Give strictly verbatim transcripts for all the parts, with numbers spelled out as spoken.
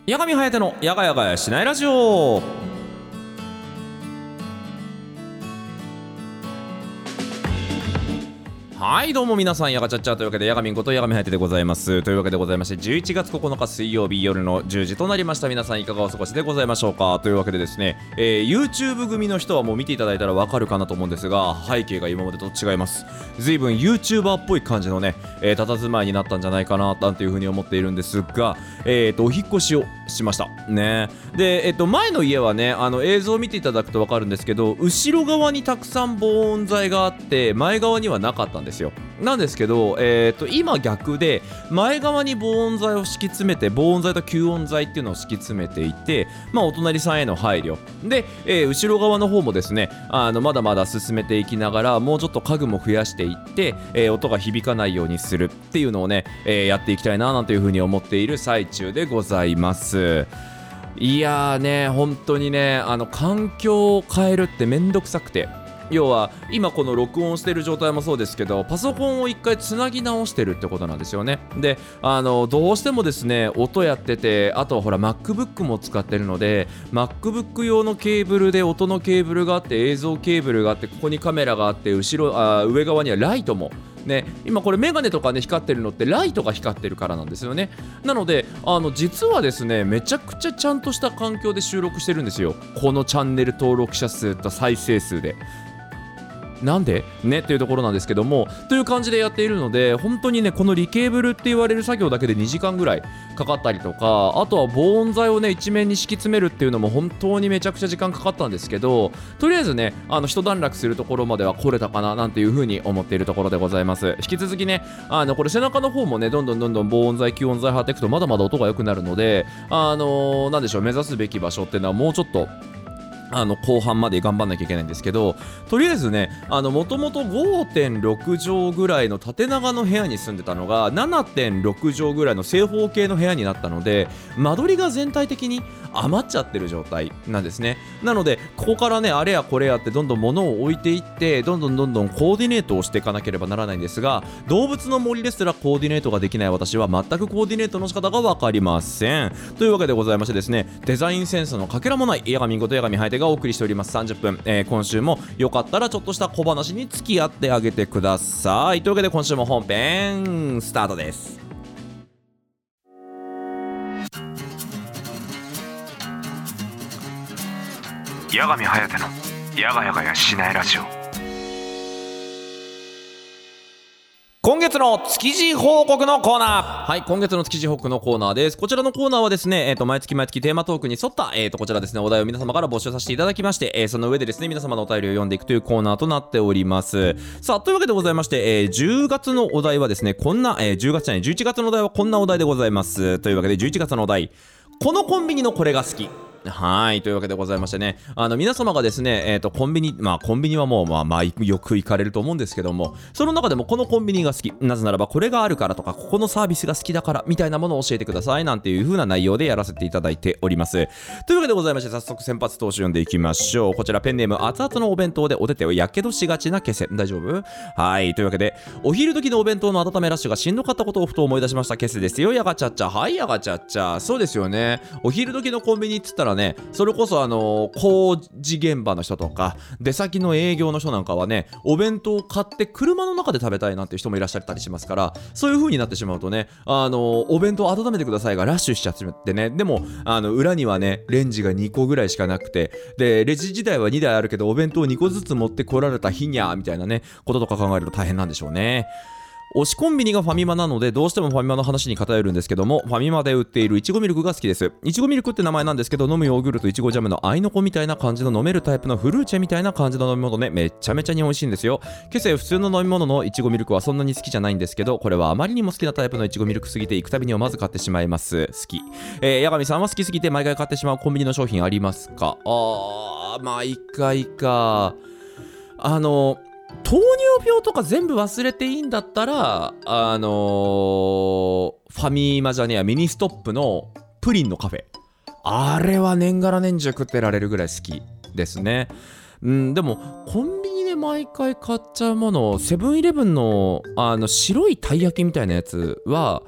八神隼のやがやがやしないラジオ。はいどうも皆さん、やがちゃっちゃというわけで、やがみんことやがみはやてでございます。というわけでございまして、じゅういちがつここのか水曜日夜のじゅうじとなりました。皆さんいかがお過ごしでございましょうか。というわけでですね、えー、YouTube 組の人はもう見ていただいたらわかるかなと思うんですが、背景が今までと違います。随分 YouTuber っぽい感じのね、えー、佇まいになったんじゃないかななんていうふうに思っているんですが、えーとお引っ越しをしましたね。で、えっと前の家はね、あの映像を見ていただくとわかるんですけど、後ろ側にたくさん防音材があって前側にはなかったんですよ。なんですけど、えー、と今逆で前側に防音材を敷き詰めて、防音材と吸音材っていうのを敷き詰めていて、まあ、お隣さんへの配慮で、えー、後ろ側の方もですね、あのまだまだ進めていきながら、もうちょっと家具も増やしていって、えー、音が響かないようにするっていうのをね、えー、やっていきたいななんていうふうに思っている最中でございます。いやーね、本当にね、あの環境を変えるってめんどくさくて、要は今この録音してる状態もそうですけど、パソコンを一回つなぎ直してるってことなんですよね。で、あのどうしてもですね、音やってて、あとはほら MacBook も使ってるので、 MacBook 用のケーブルで音のケーブルがあって、映像ケーブルがあって、ここにカメラがあって、後ろあ上側にはライトもね、今これメガネとかね光ってるのってライトが光ってるからなんですよね。なのであの実はですね、めちゃくちゃちゃんとした環境で収録してるんですよ、このチャンネル登録者数と再生数で。なんでねっていうところなんですけども、という感じでやっているので、本当にね、このリケーブルって言われる作業だけでにじかんぐらいかかったりとか、あとは防音材をね一面に敷き詰めるっていうのも本当にめちゃくちゃ時間かかったんですけど、とりあえずね、あの一段落するところまでは来れたかななんていう風に思っているところでございます。引き続きね、あのこれ背中の方もね、どんどんどんどん防音材吸音材貼っていくとまだまだ音が良くなるので、あのー、なんでしょう、目指すべき場所っていうのはもうちょっとあの後半まで頑張んなきゃいけないんですけど、とりあえずね、もともと ごてんろく 畳ぐらいの縦長の部屋に住んでたのが ななてんろく 畳ぐらいの正方形の部屋になったので、間取りが全体的に余っちゃってる状態なんですね。なのでここからね、あれやこれやってどんどん物を置いていって、どんどんどんどんコーディネートをしていかなければならないんですが、動物の森ですらコーディネートができない私は全くコーディネートの仕方が分かりません。というわけでございましてですね、デザインセンスのかけらもないやがみんことやがみはいてがお送りしておりますさんじゅっぷん、えー、今週もよかったらちょっとした小話に付き合ってあげてください。というわけで今週も本編スタートです。 八神隼のやがやがやしないラジオ。 今月の築地報告のコーナー。はい、今月の築地報告のコーナーです。こちらのコーナーはですね、えー、と毎月毎月テーマトークに沿った、えー、とこちらですね、お題を皆様から募集させていただきまして、えー、その上でですね、皆様のお便りを読んでいくというコーナーとなっております。さあ、というわけでございまして、えー、じゅうがつのお題はですね、こんな、えー、じゅうがつじゃないじゅういちがつのお題はこんなお題でございます。というわけでじゅういちがつのお題、このコンビニのこれが好き。はい、というわけでございましてね、あの皆様がですね、えーとコンビニ、まあコンビニはもうまあまあよく行かれると思うんですけども、その中でもこのコンビニが好き、なぜならばこれがあるからとか、ここのサービスが好きだからみたいなものを教えてくださいなんていう風な内容でやらせていただいております。というわけでございまして、早速先発投手読んでいきましょう。こちらペンネーム、熱々のお弁当でお手手をやけどしがちなケセ。大丈夫？はい、というわけで、お昼時のお弁当の温めラッシュがしんどかったことをふと思い出しましたケセですよ。やがちゃっちゃ。はい、やがちゃっちゃ。そうですよね、お昼時のコンビニっつったらね、それこそあの工事現場の人とか出先の営業の人なんかはね、お弁当を買って車の中で食べたいなんていう人もいらっしゃったりしますから、そういう風になってしまうとね、あのお弁当温めてくださいがラッシュしちゃってね、でもあの裏にはねレンジがにこぐらいしかなくて、でレジ自体はにだいあるけどお弁当にこずつ持ってこられた日にゃみたいなねこととか考えると大変なんでしょうね。推しコンビニがファミマなのでどうしてもファミマの話に偏るんですけども、ファミマで売っているいちごミルクが好きです。いちごミルクって名前なんですけど、飲むヨーグルトいちごジャムの合いの子みたいな感じの飲めるタイプのフルーチェみたいな感じの飲み物ね、めっちゃめちゃに美味しいんですよ。けせ普通の飲み物のいちごミルクはそんなに好きじゃないんですけど、これはあまりにも好きなタイプのいちごミルクすぎて行くたびに思わず買ってしまいます。好き。えー、八神さんは好きすぎて毎回買ってしまうコンビニの商品ありますか？あー、毎回か。あの糖尿病とか全部忘れていいんだったら、あのー、ファミマじゃねえや、ミニストップのプリンのカフェ、あれは年がら年中食ってられるぐらい好きですね。うん、でもコンビニで毎回買っちゃうもの、セブンイレブンのあの白いたい焼きみたいなやつは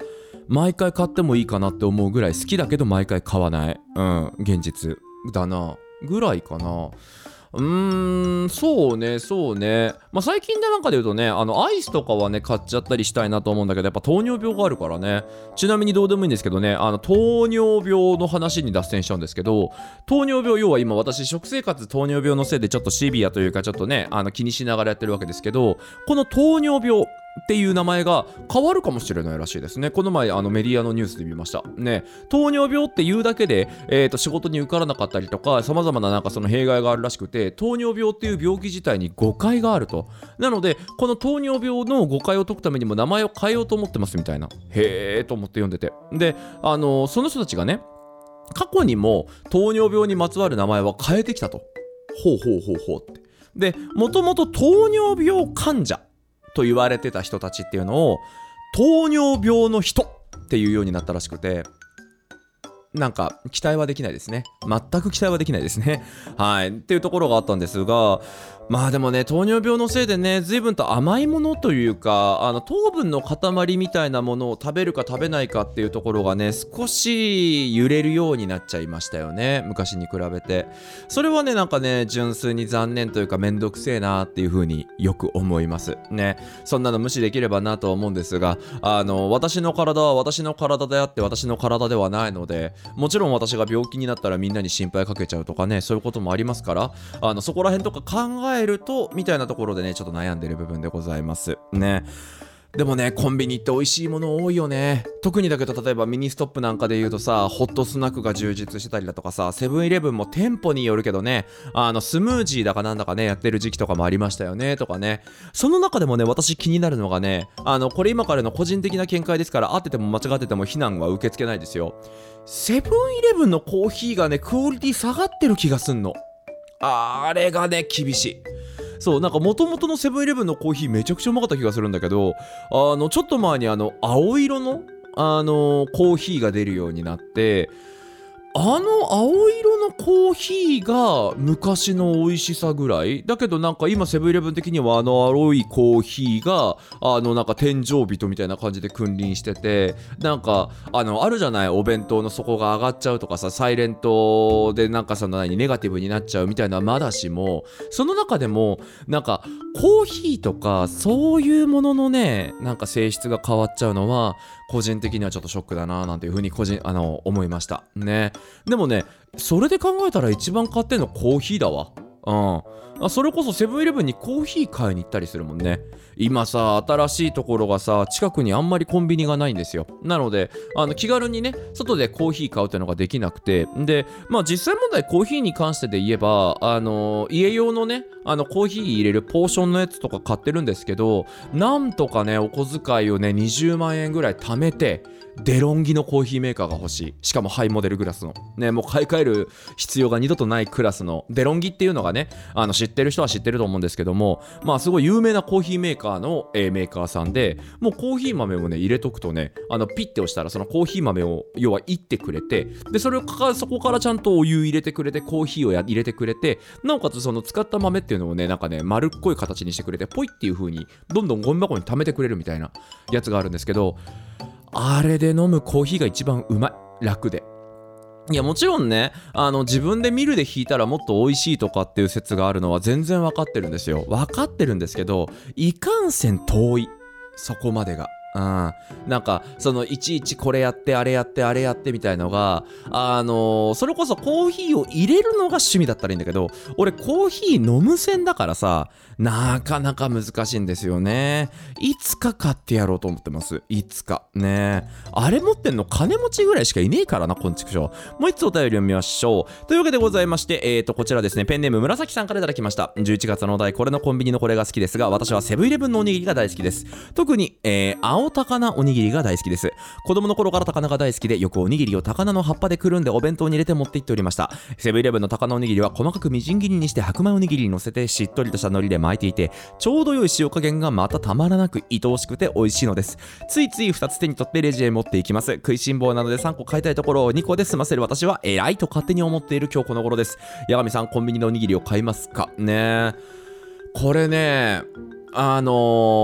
毎回買ってもいいかなって思うぐらい好きだけど毎回買わない、うん、現実だなぐらいかな。うーん、そうね、そうね。まあ、最近でなんかで言うとね、あの、アイスとかはね、買っちゃったりしたいなと思うんだけど、やっぱ糖尿病があるからね。ちなみにどうでもいいんですけどね、あの、糖尿病の話に脱線しちゃうんですけど、糖尿病、要は今私、食生活糖尿病のせいでちょっとシビアというか、ちょっとね、あの、気にしながらやってるわけですけど、この糖尿病、っていう名前が変わるかもしれないらしいですね。この前あのメディアのニュースで見ましたね。糖尿病っていうだけで、えー、と仕事に受からなかったりとか様々ななんかその弊害があるらしくて、糖尿病っていう病気自体に誤解があると。なのでこの糖尿病の誤解を解くためにも名前を変えようと思ってますみたいな。へーと思って読んでて、であのー、その人たちがね、過去にも糖尿病にまつわる名前は変えてきたと。ほうほうほうほうって。でもともと糖尿病患者と言われてた人たちっていうのを糖尿病の人っていうようになったらしくて、なんか期待はできないですね。全く期待はできないですね。はいっていうところがあったんですが、まあでもね、糖尿病のせいでね、随分と甘いものというか、あの糖分の塊みたいなものを食べるか食べないかっていうところがね、少し揺れるようになっちゃいましたよね、昔に比べて。それはね、なんかね、純粋に残念というかめんどくせえなっていう風によく思いますね。そんなの無視できればなと思うんですが、あの私の体は私の体であって私の体ではないので、もちろん私が病気になったらみんなに心配かけちゃうとかね、そういうこともありますから、あのそこら辺とか考えるとみたいなところでね、ちょっと悩んでる部分でございますね。でもね、コンビニって美味しいもの多いよね。特にだけど、例えばミニストップなんかで言うとさ、ホットスナックが充実してたりだとかさ、セブンイレブンも店舗によるけどね、あのスムージーだかなんだかね、やってる時期とかもありましたよねとかね。その中でもね、私気になるのがね、あのこれ今からの個人的な見解ですから、合ってても間違ってても非難は受け付けないですよ。セブンイレブンのコーヒーがね、クオリティ下がってる気がすんの。あれがね、厳しい。そう、なんか元々のセブンイレブンのコーヒーめちゃくちゃうまかった気がするんだけど、あのちょっと前にあの青色のあのコーヒーが出るようになって、あの青色のコーヒーが昔の美味しさぐらいだけど、なんか今セブンイレブン的にはあの青いコーヒーがあのなんか天井人みたいな感じで君臨してて、なんかあのあるじゃない、お弁当の底が上がっちゃうとかさ、サイレントでなんかその何ネガティブになっちゃうみたいなまだしも、その中でもなんかコーヒーとかそういうもののね、なんか性質が変わっちゃうのは個人的にはちょっとショックだななんていう風に個人あの思いましたね。でもね、それで考えたら一番買ってんのコーヒーだわ。うん、それこそセブンイレブンにコーヒー買いに行ったりするもんね。今さ、新しいところがさ、近くにあんまりコンビニがないんですよ。なのであの気軽にね、外でコーヒー買うっていうのができなくて、でまあ実際問題コーヒーに関してで言えば、あの家用のね、あのコーヒー入れるポーションのやつとか買ってるんですけど、なんとかね、お小遣いをねにじゅうまんえんぐらい貯めてデロンギのコーヒーメーカーが欲しい。しかもハイモデルグラスのね、もう買い替える必要が二度とないクラスのデロンギっていうのがね、あの知ってる人は知ってると思うんですけども、まあすごい有名なコーヒーメーカーの、えー、メーカーさんで、もうコーヒー豆をね入れとくとね、あのピッて押したらそのコーヒー豆を要はいってくれて、でそれをかそこからちゃんとお湯入れてくれて、コーヒーをや入れてくれて、なおかつその使った豆っていうのをね、なんかね丸っこい形にしてくれて、ポイっていう風にどんどんゴミ箱に溜めてくれるみたいなやつがあるんですけど、あれで飲むコーヒーが一番うまい、楽で。いやもちろんね、あの自分でミルで引いたらもっと美味しいとかっていう説があるのは全然わかってるんですよ。わかってるんですけど、いかんせん遠い、そこまでが。うん、なんかそのいちいちこれやってあれやってあれやってみたいのが、あのー、それこそコーヒーを入れるのが趣味だったらいいんだけど、俺コーヒー飲む線だからさ、なかなか難しいんですよね。いつか買ってやろうと思ってます。いつかね。あれ持ってんの金持ちぐらいしかいねえからな、こんちくしょう。もう一つお便り読みましょう。というわけでございまして、えーとこちらですね、ペンネーム紫さんからいただきました。じゅういちがつのお題、これのコンビニのこれが好きですが、私はセブンイレブンのおにぎりが大好きです。特に、えー、青高菜おにぎりが大好きです。子供の頃から高菜が大好きで、よくおにぎりを高菜の葉っぱでくるんでお弁当に入れて持って行っておりました。セブンイレブンの高菜おにぎりは細かくみじん切りにして白米おにぎりに乗せてしっとりとした海苔で巻いていて、ちょうど良い塩加減がまたたまらなく愛おしくて美味しいのです。ついついふたつ手に取ってレジへ持っていきます。食いしん坊なのでさんこ買いたいところをにこで済ませる私は偉いと勝手に思っている今日この頃です。八神さん、コンビニのおにぎりを買いますかね。これね、あのー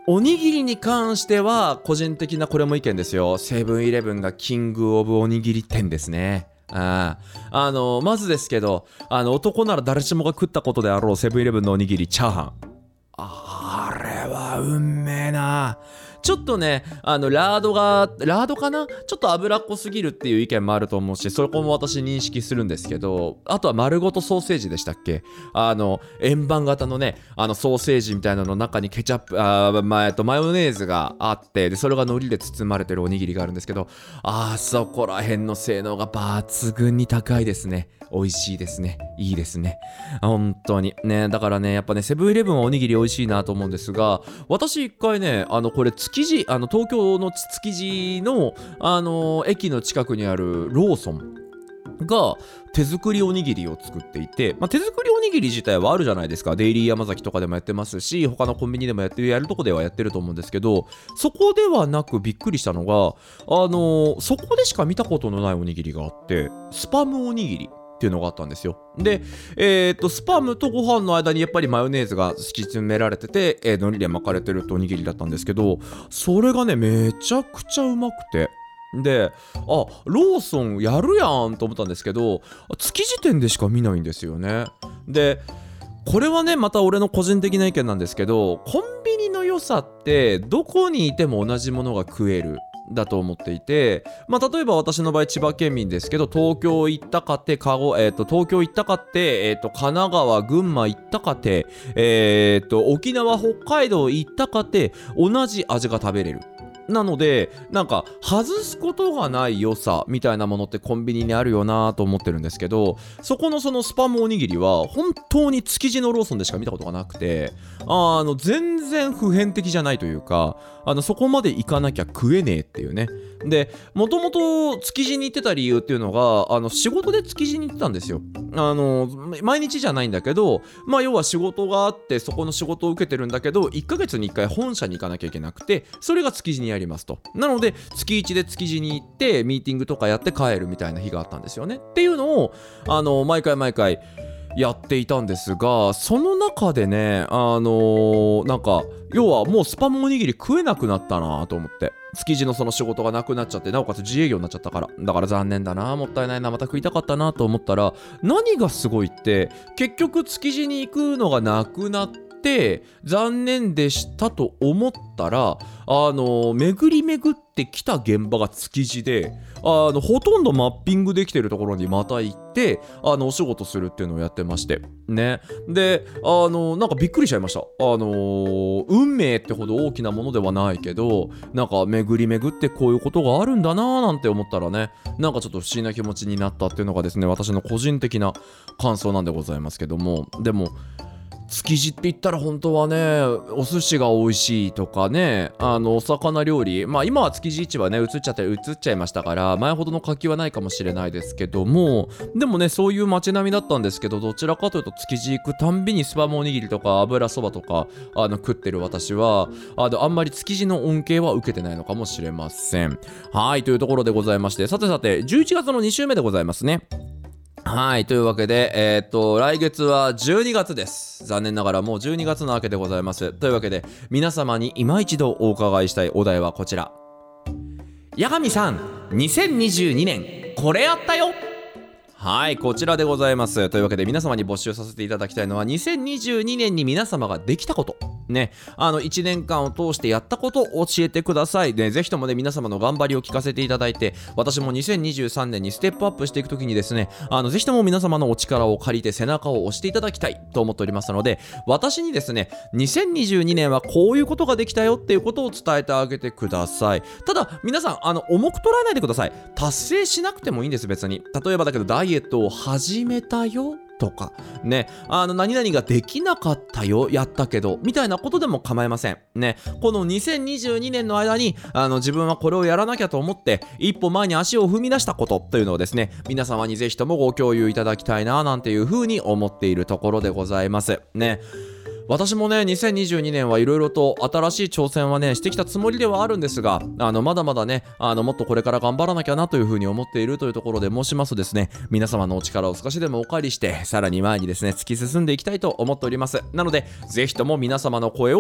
おにぎりに関しては個人的なこれも意見ですよ。セブンイレブンがキングオブおにぎり店ですね。ああのまずですけど、あの男なら誰しもが食ったことであろうセブンイレブンのおにぎりチャーハン、あれはうんめえな。ちょっとね、あのラードがラードかな、ちょっと脂っこすぎるっていう意見もあると思うし、そこも私認識するんですけど、あとは丸ごとソーセージでしたっけ、あの円盤型のね、あのソーセージみたいなの中にケチャップ、あ、まあ、えっとマヨネーズがあって、でそれが海苔で包まれてるおにぎりがあるんですけど、あそこら辺の性能が抜群に高いですね。美味しいですね。いいですね。本当にね。だからね、やっぱね、セブンイレブンはおにぎり美味しいなと思うんですが、私一回ね、あのこれ築地、あの東京の築地のあの駅の近くにあるローソンが手作りおにぎりを作っていて、まあ、手作りおにぎり自体はあるじゃないですか。デイリーヤマザキとかでもやってますし、他のコンビニでもやってる、やるとこではやってると思うんですけど、そこではなくびっくりしたのが、あのー、そこでしか見たことのないおにぎりがあって、スパムおにぎりっていうのがあったんですよ。で、えー、っとスパムとご飯の間にやっぱりマヨネーズが敷き詰められてて、えー、海苔で巻かれてるっておにぎりだったんですけど、それがねめちゃくちゃうまくて、で、あ、ローソンやるやんと思ったんですけど、築地店でしか見ないんですよね。で、これはねまた俺の個人的な意見なんですけど、コンビニの良さってどこにいても同じものが食えるだと思っていて、まあ、例えば私の場合千葉県民ですけど、東京行ったかてかご、えー、と東京行ったかて、えー、と神奈川群馬行ったかて、えー、と沖縄北海道行ったかて同じ味が食べれる。なのでなんか外すことがない良さみたいなものってコンビニにあるよなと思ってるんですけど、そこのそのスパムおにぎりは本当に築地のローソンでしか見たことがなくて、あの全然普遍的じゃないというか、あのそこまで行かなきゃ食えねえっていうね。で、もともと築地に行ってた理由っていうのが、あの仕事で築地に行ってたんですよ。あの毎日じゃないんだけど、まあ要は仕事があって、そこの仕事を受けてるんだけど、いっかげつにいっかい本社に行かなきゃいけなくて、それが築地にありますと。なので月いちで築地に行ってミーティングとかやって帰るみたいな日があったんですよねっていうのを、あの毎回毎回やっていたんですが、その中でね、あのー、なんか要はもうスパムおにぎり食えなくなったなと思って、築地のその仕事がなくなっちゃって、なおかつ自営業になっちゃったから、だから残念だな、もったいないな、また食いたかったなと思ったら、何がすごいって結局築地に行くのがなくなって残念でしたと思ったら、あの巡り巡ってきた現場が築地で、あのほとんどマッピングできてるところにまた行って、あのお仕事するっていうのをやってましてね。で、あのなんかびっくりしちゃいました。あの運命ってほど大きなものではないけど、なんか巡り巡ってこういうことがあるんだなーなんて思ったらね、なんかちょっと不思議な気持ちになったっていうのがですね、私の個人的な感想なんでございますけども、でも築地って言ったら本当はね、お寿司が美味しいとかね、あのお魚料理、まあ今は築地市場ね移っちゃって移っちゃいましたから、前ほどの活気はないかもしれないですけども、でもねそういう街並みだったんですけど、どちらかというと築地行くたんびにスパムおにぎりとか油そばとかあの食ってる私は、あのあんまり築地の恩恵は受けてないのかもしれません。はい、というところでございまして、さてさてじゅういちがつのに週目でございますね。はい、というわけで、えー、っと来月はじゅうにがつです。残念ながらもうじゅうにがつなわけでございます。というわけで皆様に今一度お伺いしたいお題はこちら。八神さん、にせんにじゅうにねんこれやったよ。はい、こちらでございます。というわけで皆様に募集させていただきたいのは、にせんにじゅうにねんに皆様ができたことね、あのいちねんかんを通してやったことを教えてください。で、ぜひともね皆様の頑張りを聞かせていただいて、私もにせんにじゅうさんねんにステップアップしていくときにですね、あのぜひとも皆様のお力を借りて背中を押していただきたいと思っておりますので、私にですねにせんにじゅうにねんはこういうことができたよっていうことを伝えてあげてください。ただ皆さんあの重く捉えないでください。達成しなくてもいいんです。別に例えばだけどダイエットを始めたよとかね、あの何々ができなかったよ、やったけどみたいなことでも構いませんね。このにせんにじゅうにねんの間にあの自分はこれをやらなきゃと思って一歩前に足を踏み出したことというのをですね、皆様にぜひともご共有いただきたいななんていうふうに思っているところでございますね。私もねにせんにじゅうにねんはいろいろと新しい挑戦はねしてきたつもりではあるんですが、あのまだまだねあのもっとこれから頑張らなきゃなというふうに思っているというところで申しますとですね、皆様のお力を少しでもお借りしてさらに前にですね突き進んでいきたいと思っております。なのでぜひとも皆様の声を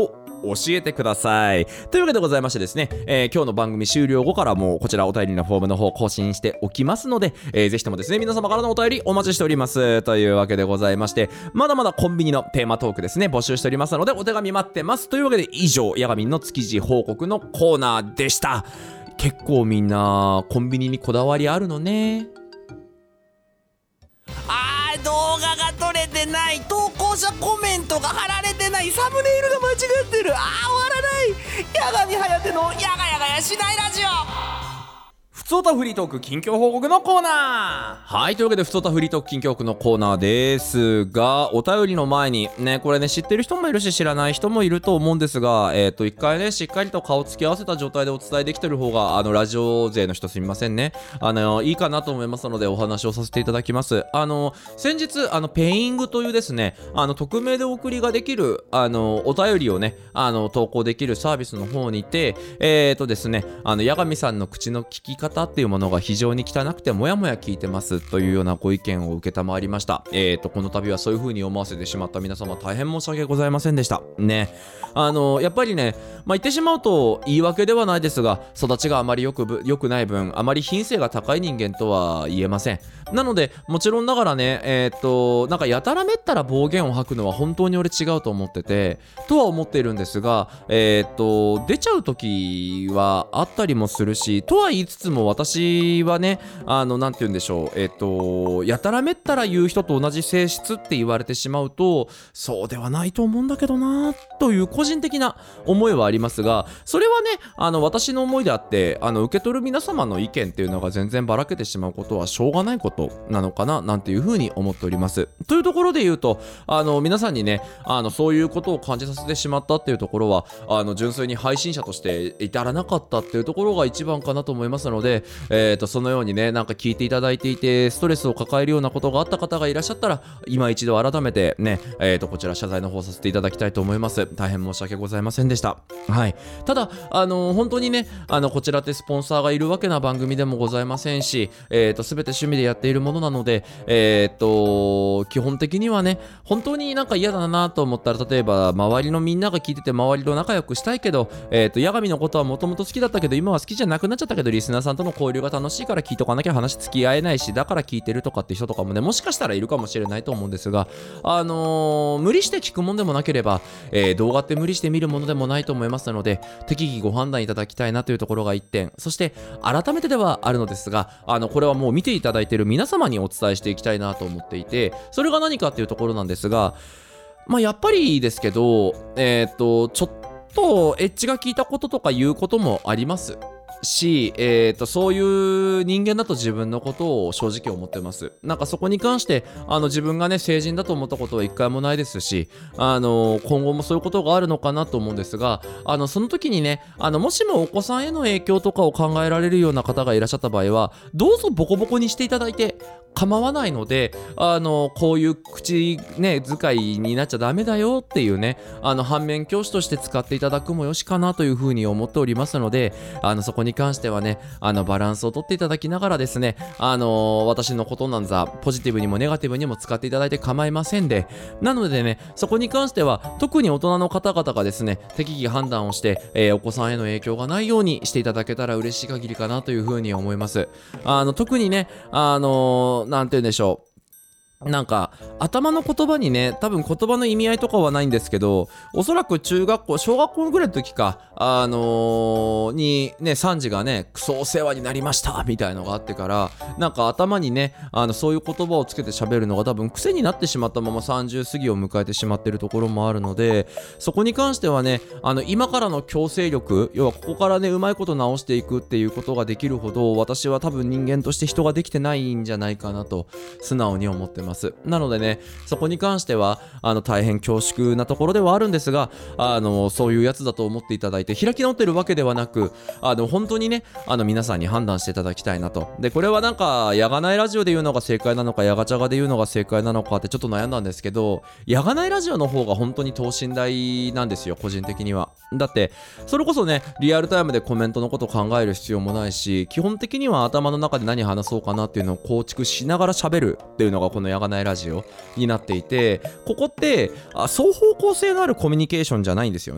教えてください。というわけでございましてですね、えー、今日の番組終了後からもこちらお便りのフォームの方更新しておきますので、えー、ぜひともですね皆様からのお便りお待ちしておりますというわけでございまして、まだまだコンビニのテーマトークですね募集しておりますのでお手紙待ってますというわけで、以上ヤガミンの築地報告のコーナーでした。結構みんなコンビニにこだわりあるのね。 あー、動画が撮れてない、投稿者コメントが貼られてない、サムネイルが間違ってる、あー終わらない。矢神颯のやがやがやしないラジオ。 ふつおたフリートーク近況報告のコーナー。はい、というわけでふつおたフリートーク近況報告のコーナーですが、お便りの前にね、これね知ってる人もいるし知らない人もいると思うんですが、えっと一回ねしっかりと顔つき合わせた状態でお伝えできてる方が、あのラジオ勢の人すみませんね、あのいいかなと思いますのでお話をさせていただきます。あの先日あのペイングというですね、あの匿名でお送りができるあのお便りをねあの投稿できるサービスの方にて、えっとですねあの八神さんの口の聞き方っていうものが非常に汚くてもやもや聞いてますというようなご意見を受けたまわりました。えーとこの度はそういう風に思わせてしまった皆様大変申し訳ございませんでしたね。あのやっぱりね、まあ、言ってしまうと言い訳ではないですが、育ちがあまりよく良くない分あまり品性が高い人間とは言えません。なのでもちろんながらね、えーとなんかやたらめったら暴言を吐くのは本当に俺違うと思っててとは思っているんですが、えーと出ちゃう時はあったりもするし、とは言いつつも私はね、あのなんて言うんでしょう、えっとやたらめったら言う人と同じ性質って言われてしまうとそうではないと思うんだけどなという個人的な思いはありますが、それはねあの私の思いであって、あの受け取る皆様の意見っていうのが全然ばらけてしまうことはしょうがないことなのかななんていうふうに思っております。というところで言うと、あの皆さんにねあのそういうことを感じさせてしまったっていうところは、あの純粋に配信者として至らなかったっていうところが一番かなと思いますので、えーとそのようにねなんか聞いていただいていてストレスを抱えるようなことがあった方がいらっしゃったら、今一度改めてね、えーとこちら謝罪の方させていただきたいと思います。大変申し訳ございませんでした。はい、ただあのー、本当にねあのこちらってスポンサーがいるわけな番組でもございませんし、えーと全て趣味でやっているものなので、えーと基本的にはね本当になんか嫌だなと思ったら、例えば周りのみんなが聞いてて周りと仲良くしたいけど、えーと八神のことはもともと好きだったけど今は好きじゃなくなっちゃったけどリスナーさんとの交流が楽しいから聞いとかなきゃ話付き合えないしだから聞いてるとかって人とかもねもしかしたらいるかもしれないと思うんですが、あのー、無理して聞くもんでもなければ、えー、動画って無理して見るものでもないと思いますので、適宜ご判断いただきたいなというところがいってん、そして改めてではあるのですが、あのこれはもう見ていただいている皆様にお伝えしていきたいなと思っていて、それが何かっていうところなんですが、まあやっぱりですけど、えっとちょっとエッジが効いたこととかいうこともありますし、えーと、そういう人間だと自分のことを正直思ってます。なんかそこに関してあの自分がね成人だと思ったことは一回もないですし、あの今後もそういうことがあるのかなと思うんですが、あのその時にねあのもしもお子さんへの影響とかを考えられるような方がいらっしゃった場合はどうぞボコボコにしていただいて構わないので、あのこういう口ね遣いになっちゃダメだよっていうね、あの反面教師として使っていただくもよしかなというふうに思っておりますので、あのそこに関してはねあのバランスをとっていただきながらですね、あの私のことなんざポジティブにもネガティブにも使っていただいて構いませんで、なのでねそこに関しては特に大人の方々がですね適宜判断をして、えー、お子さんへの影響がないようにしていただけたら嬉しい限りかなというふうに思います。あの特にねあのー、なんて言うんでしょう、なんか頭の言葉にね多分言葉の意味合いとかはないんですけど、おそらく中学校小学校ぐらいの時かあのー、にねサンジがねクソお世話になりましたみたいのがあってから、なんか頭にねあのそういう言葉をつけて喋るのが多分癖になってしまったままさんじゅう過ぎを迎えてしまっているところもあるので、そこに関してはねあの今からの強制力、要はここからねうまいこと直していくっていうことができるほど私は多分人間として人ができてないんじゃないかなと素直に思ってます。なのでねそこに関してはあの大変恐縮なところではあるんですが、あのそういうやつだと思っていただいて開き直ってるわけではなく、あの本当にねあの皆さんに判断していただきたいなと。でこれはなんかやがないラジオで言うのが正解なのかやがちゃがで言うのが正解なのかってちょっと悩んだんですけど、やがないラジオの方が本当に等身大なんですよ個人的には。だってそれこそねリアルタイムでコメントのことを考える必要もないし、基本的には頭の中で何話そうかなっていうのを構築しながら喋るっていうのがこのやがないラジオになっていて、ここってあ双方向性のあるコミュニケーションじゃないんですよね。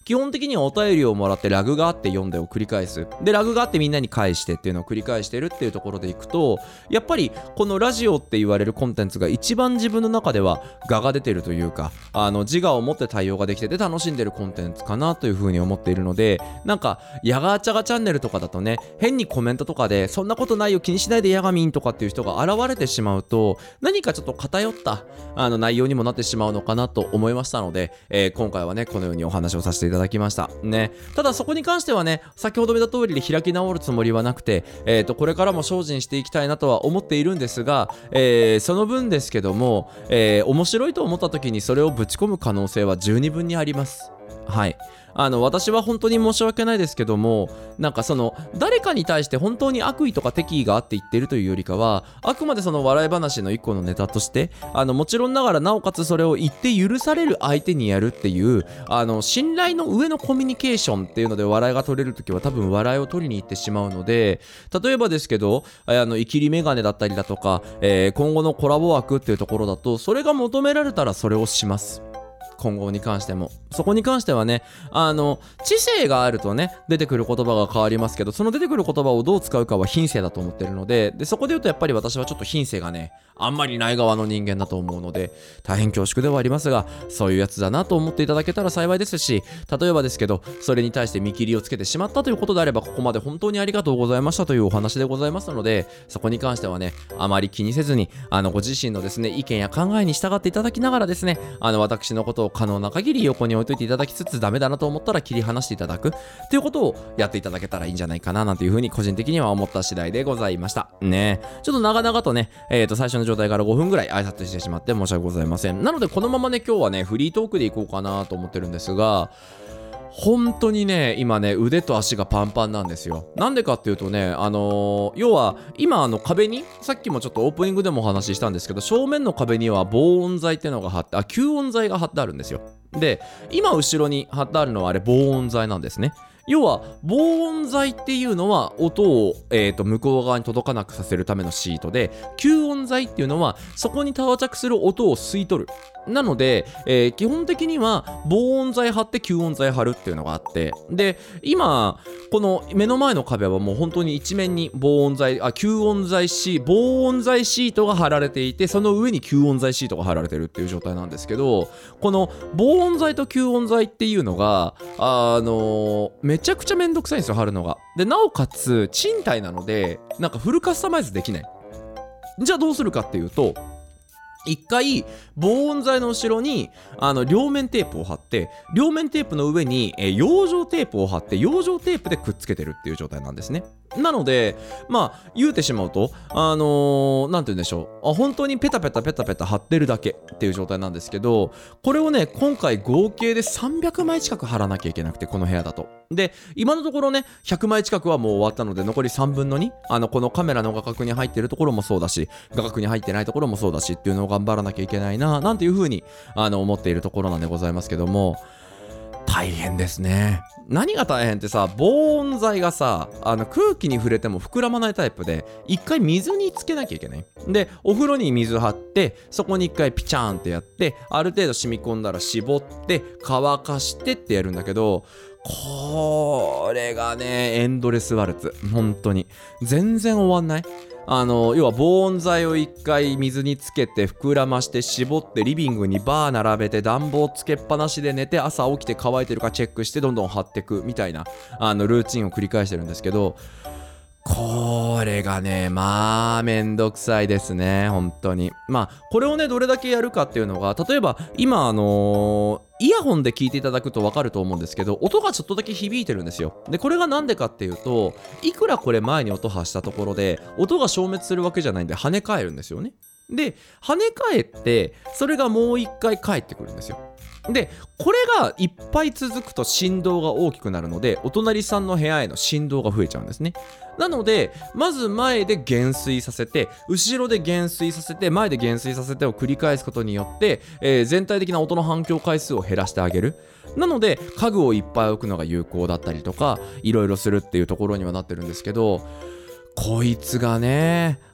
基本的にはお便りをもらってラグがあって読んでを繰り返す、でラグがあってみんなに返してっていうのを繰り返してるっていうところでいくと、やっぱりこのラジオって言われるコンテンツが一番自分の中では我が出てるというか、あの自我を持って対応ができてて楽しんでるコンテンツかなというふうに思っているので、なんかヤガーチャガチャンネルとかだとね、変にコメントとかでそんなことないよ気にしないでヤガミンとかっていう人が現れてしまうと、何かちょっと偏ったあの内容にもなってしまうのかなと思いましたので、えー、今回はねこのようにお話をさせていただきましたね。ただそこに関してはね、先ほど見た通りで開き直るつもりはなくて、えーとこれからも精進していきたいなとは思っているんですが、えー、その分ですけども、えー、面白いと思った時にそれをぶち込む可能性は十二分にあります。はい、あの私は本当に申し訳ないですけども、なんかその誰かに対して本当に悪意とか敵意があって言っているというよりかは、あくまでその笑い話の一個のネタとして、あのもちろんながらなおかつそれを言って許される相手にやるっていう、あの信頼の上のコミュニケーションっていうので笑いが取れるときは多分笑いを取りに行ってしまうので、例えばですけど、あのイキリメガネだったりだとか、えー、今後のコラボ枠っていうところだとそれが求められたらそれをします。今後に関してもそこに関してはね、あの知性があるとね出てくる言葉が変わりますけど、その出てくる言葉をどう使うかは品性だと思ってるので、でそこで言うとやっぱり私はちょっと品性がねあんまりない側の人間だと思うので、大変恐縮ではありますが、そういうやつだなと思っていただけたら幸いですし、例えばですけどそれに対して見切りをつけてしまったということであれば、ここまで本当にありがとうございましたというお話でございますので、そこに関してはねあまり気にせずに、あのご自身のですね意見や考えに従っていただきながらですね、あの私のことを可能な限り横に置いといていただきつつ、ダメだなと思ったら切り離していただくっていうことをやっていただけたらいいんじゃないかななんていうふうに個人的には思った次第でございましたね。ちょっと長々とね、えーと最初の状態からごふんぐらい挨拶してしまって申し訳ございません。なのでこのままね今日はねフリートークでいこうかなと思ってるんですが、本当にね今ね腕と足がパンパンなんですよ。なんでかっていうとね、あのー、要は今あの壁に、さっきもちょっとオープニングでもお話ししたんですけど、正面の壁には防音材っていうのが貼って、あ吸音材が貼ってあるんですよ。で今後ろに貼ってあるのはあれ防音材なんですね。要は防音材っていうのは音を、えー、と向こう側に届かなくさせるためのシートで、吸音材っていうのはそこに到着する音を吸い取る。なので、えー、基本的には防音材貼って吸音材貼るっていうのがあって、で今この目の前の壁はもう本当に一面に防音材、あ吸音材シ防音材シートが貼られていて、その上に吸音材シートが貼られてるっていう状態なんですけど、この防音材と吸音材っていうのがあのーめちゃくちゃめんどくさいんですよ、貼るのが。でなおかつ賃貸なのでなんかフルカスタマイズできない。じゃあどうするかっていうと、一回防音材の後ろにあの両面テープを貼って、両面テープの上に、えー、養生テープを貼って、養生テープでくっつけてるっていう状態なんですね。なのでまあ言うてしまうと、あのー、なんて言うんでしょう、あ本当にペタペタペタペタ貼ってるだけっていう状態なんですけど、これをね今回合計でさんびゃくまい近く貼らなきゃいけなくて、この部屋だと。で今のところねひゃくまい近くはもう終わったので、残りさんぶんのに、あのこのカメラの画角に入ってるところもそうだし、画角に入ってないところもそうだしっていうのを頑張らなきゃいけないななんていう風にあの思っているところなんでございますけども、大変ですね。何が大変ってさ、防音材がさあの空気に触れても膨らまないタイプで、一回水につけなきゃいけない。でお風呂に水張って、そこに一回ピチャーンってやって、ある程度染み込んだら絞って乾かしてってやるんだけど、これがねエンドレスワルツ、本当に全然終わんない。あの要は防音材を一回水につけて膨らまして絞って、リビングにバー並べて暖房つけっぱなしで寝て、朝起きて乾いてるかチェックしてどんどん貼ってくみたいなあのルーチンを繰り返してるんですけど、これがねまあめんどくさいですね、本当に。まあこれをねどれだけやるかっていうのが、例えば今あのーイヤホンで聞いていただくと分かると思うんですけど、音がちょっとだけ響いてるんですよ。でこれがなんでかっていうと、いくらこれ前に音発したところで音が消滅するわけじゃないんで跳ね返るんですよね。で跳ね返ってそれがもう一回返ってくるんですよ。でこれがいっぱい続くと振動が大きくなるので、お隣さんの部屋への振動が増えちゃうんですね。なのでまず前で減衰させて、後ろで減衰させて、前で減衰させてを繰り返すことによって、えー、全体的な音の反響回数を減らしてあげる。なので家具をいっぱい置くのが有効だったりとかいろいろするっていうところにはなってるんですけど、こいつがね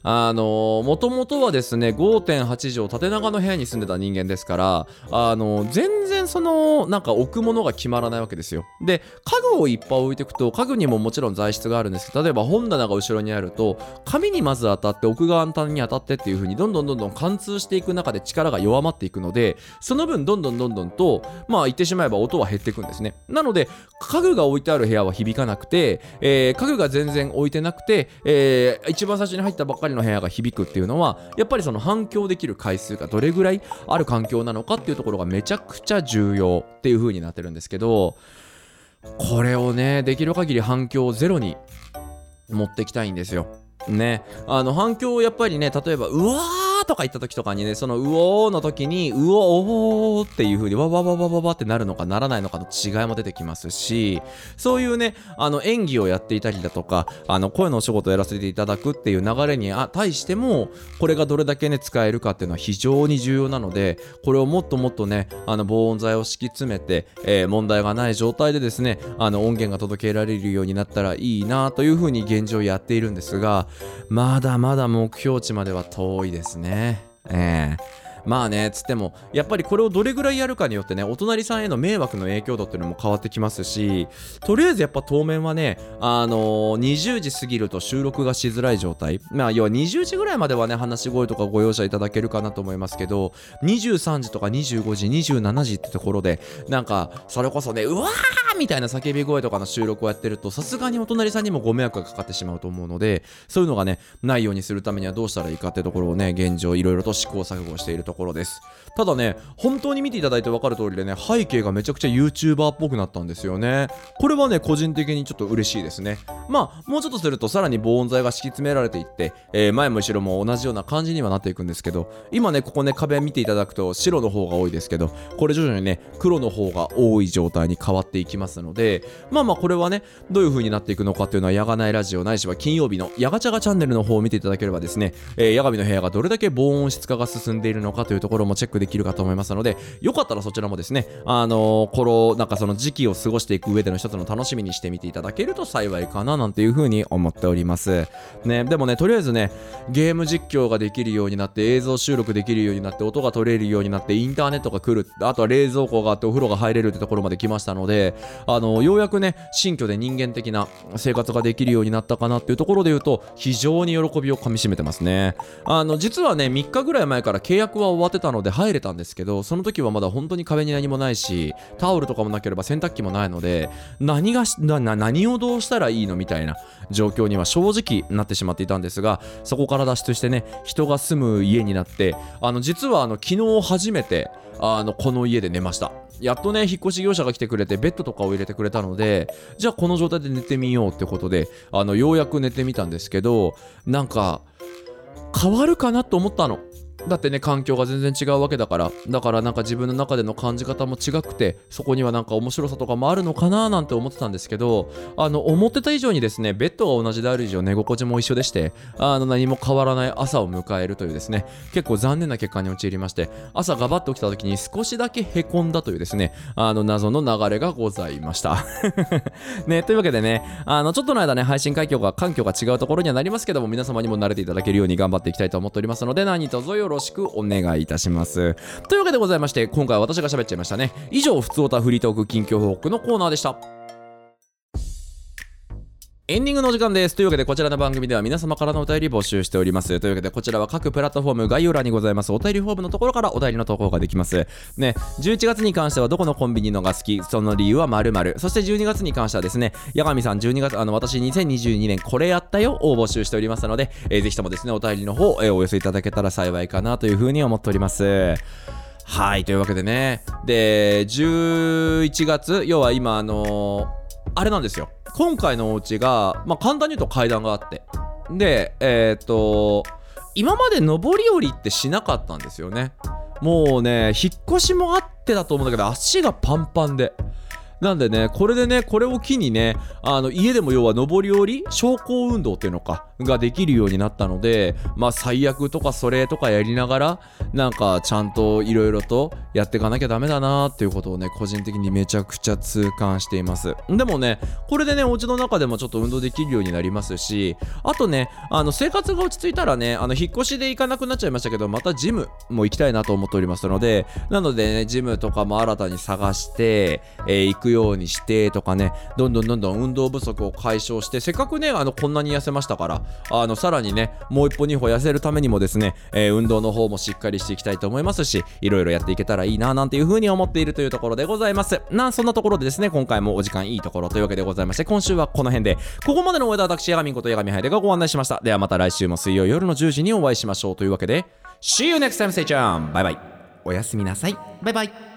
あのもともとはですね ごてんはち 畳縦長の部屋に住んでた人間ですから、あの全然そのなんか置くものが決まらないわけですよ。で家具をいっぱい置いていくと、家具にももちろん材質があるんですけど、例えば本棚が後ろにあると紙にまず当たって奥側の棚に当たってっていう風にどんどんどんどん貫通していく中で力が弱まっていくので、その分どんどんどんどんとまあ言ってしまえば音は減っていくんですね。なので家具が置いてある部屋は響かなくて、えー、家具が全然置いてなくて、えー、一番最初に入ったばっかりの部屋が響くっていうのは、やっぱりその反響できる回数がどれぐらいある環境なのかっていうところがめちゃくちゃ重要っていう風になってるんですけど、これをねできる限り反響をゼロに持っていきたいんですよね。あの反響をやっぱりね、例えばうわーとか言った時とかにね、そのうおーの時にうおおーっていう風にわわわわわわってなるのかならないのかの違いも出てきますし、そういうねあの演技をやっていたりだとか、あの声のお仕事をやらせていただくっていう流れにあ対しても、これがどれだけね使えるかっていうのは非常に重要なので、これをもっともっとねあの防音材を敷き詰めて、えー、問題がない状態でですねあの音源が届けられるようになったらいいなという風に現状やっているんですが、まだまだ目標値までは遠いですね。えーまあねつってもやっぱりこれをどれぐらいやるかによってね、お隣さんへの迷惑の影響度っていうのも変わってきますし、とりあえずやっぱ当面はねあのー、にじゅうじ過ぎると収録がしづらい状態、まあ要はにじゅうじぐらいまではね話し声とかご容赦いただけるかなと思いますけど、にじゅうさんじとかにじゅうごじにじゅうしちじってところでなんかそれこそねうわーみたいな叫び声とかの収録をやってると、さすがにお隣さんにもご迷惑がかかってしまうと思うので、そういうのがねないようにするためにはどうしたらいいかってところをね現状いろいろと試行錯誤しているところです。ただね本当に見ていただいて分かる通りでね、背景がめちゃくちゃ YouTuber っぽくなったんですよね。これはね個人的にちょっと嬉しいですね。まあもうちょっとするとさらに防音材が敷き詰められていって、えー、前も後ろも同じような感じにはなっていくんですけど、今ねここね壁見ていただくと白の方が多いですけど、これ徐々にね黒の方が多い状態に変わっていきますので、まあまあこれはねどういう風になっていくのかっていうのはやがないラジオないしは金曜日のやがちゃがチャンネルの方を見ていただければですね、えー、やがみの部屋がどれだけ防音質化が進んでいるのかというところもチェックできるかと思いますので、よかったらそちらもですねあのー、このなんかその時期を過ごしていく上での一つの楽しみにしてみていただけると幸いかななんていう風に思っておりますね。でもねとりあえずねゲーム実況ができるようになって、映像収録できるようになって、音が取れるようになって、インターネットが来る、あとは冷蔵庫があってお風呂が入れるってところまで来ましたので、あのー、ようやくね新居で人間的な生活ができるようになったかなっていうところで言うと、非常に喜びをかみしめてますね。あの実はねみっかぐらい前から契約は終わってたので入れたんですけど、その時はまだ本当に壁に何もないし、タオルとかもなければ洗濯機もないので、何がしなな何をどうしたらいいのみたいな状況には正直なってしまっていたんですが、そこから脱出してね人が住む家になって、あの実はあの昨日初めてあのこの家で寝ました。やっとね引っ越し業者が来てくれてベッドとかを入れてくれたので、じゃあこの状態で寝てみようってことで、あのようやく寝てみたんですけど、なんか変わるかなと思ったの。だってね環境が全然違うわけだから、だからなんか自分の中での感じ方も違くて、そこにはなんか面白さとかもあるのかななんて思ってたんですけど、あの思ってた以上にですねベッドが同じである以上寝心地も一緒でして、あの何も変わらない朝を迎えるというですね結構残念な結果に陥りまして、朝ガバッと起きた時に少しだけへこんだというですねあの謎の流れがございましたね。というわけでねあのちょっとの間ね配信環境が環境が違うところにはなりますけども、皆様にも慣れていただけるように頑張っていきたいと思っておりますので、何卒よろしくお願いいたします。というわけでございまして、今回は私が喋っちゃいましたね。以上、ふつおたフリートーク近況報告のコーナーでした。エンディングのお時間です。というわけでこちらの番組では皆様からのお便り募集しております。というわけでこちらは各プラットフォーム概要欄にございますお便りフォームのところからお便りの投稿ができますね。じゅういちがつに関してはどこのコンビニのが好き、その理由は〇〇。そしてじゅうにがつに関してはですね、八神さんじゅうにがつあの私にせんにじゅうにねんこれやったよを募集しておりますので、えー、ぜひともですねお便りの方、えー、お寄せいただけたら幸いかなというふうに思っております。はい、というわけでね、でじゅういちがつ、要は今あのー、あれなんですよ、今回のお家が、まあ、簡単に言うと階段があって、でえっと今まで上り下りってしなかったんですよね。もうね引っ越しもあってだと思うんだけど足がパンパンでなんでねこれでねこれを機にねあの家でも要は上り下り昇降運動っていうのかができるようになったので、まあ最悪とかそれとかやりながらなんかちゃんといろいろとやっていかなきゃダメだなっていうことをね個人的にめちゃくちゃ痛感しています。でもねこれでねお家の中でもちょっと運動できるようになりますし、あとねあの生活が落ち着いたらねあの引っ越しで行かなくなっちゃいましたけどまたジムも行きたいなと思っておりますので、なのでねジムとかも新たに探して、えー、行くようにしてとかねどんどんどんどん運動不足を解消して、せっかくねあのこんなに痩せましたからあのさらにねもう一歩二歩痩せるためにもですね、えー、運動の方もしっかりしていきたいと思いますし、いろいろやっていけたらいいななんていう風に思っているというところでございます。なそんなところでですね今回もお時間いいところというわけでございまして、今週はこの辺でここまでのお間は私ヤガミンことヤガミハヤテがご案内しました。ではまた来週も水曜夜のじゅうじにお会いしましょうというわけで See you next time, say ちゃんバイバイ、おやすみなさい、バイバイ。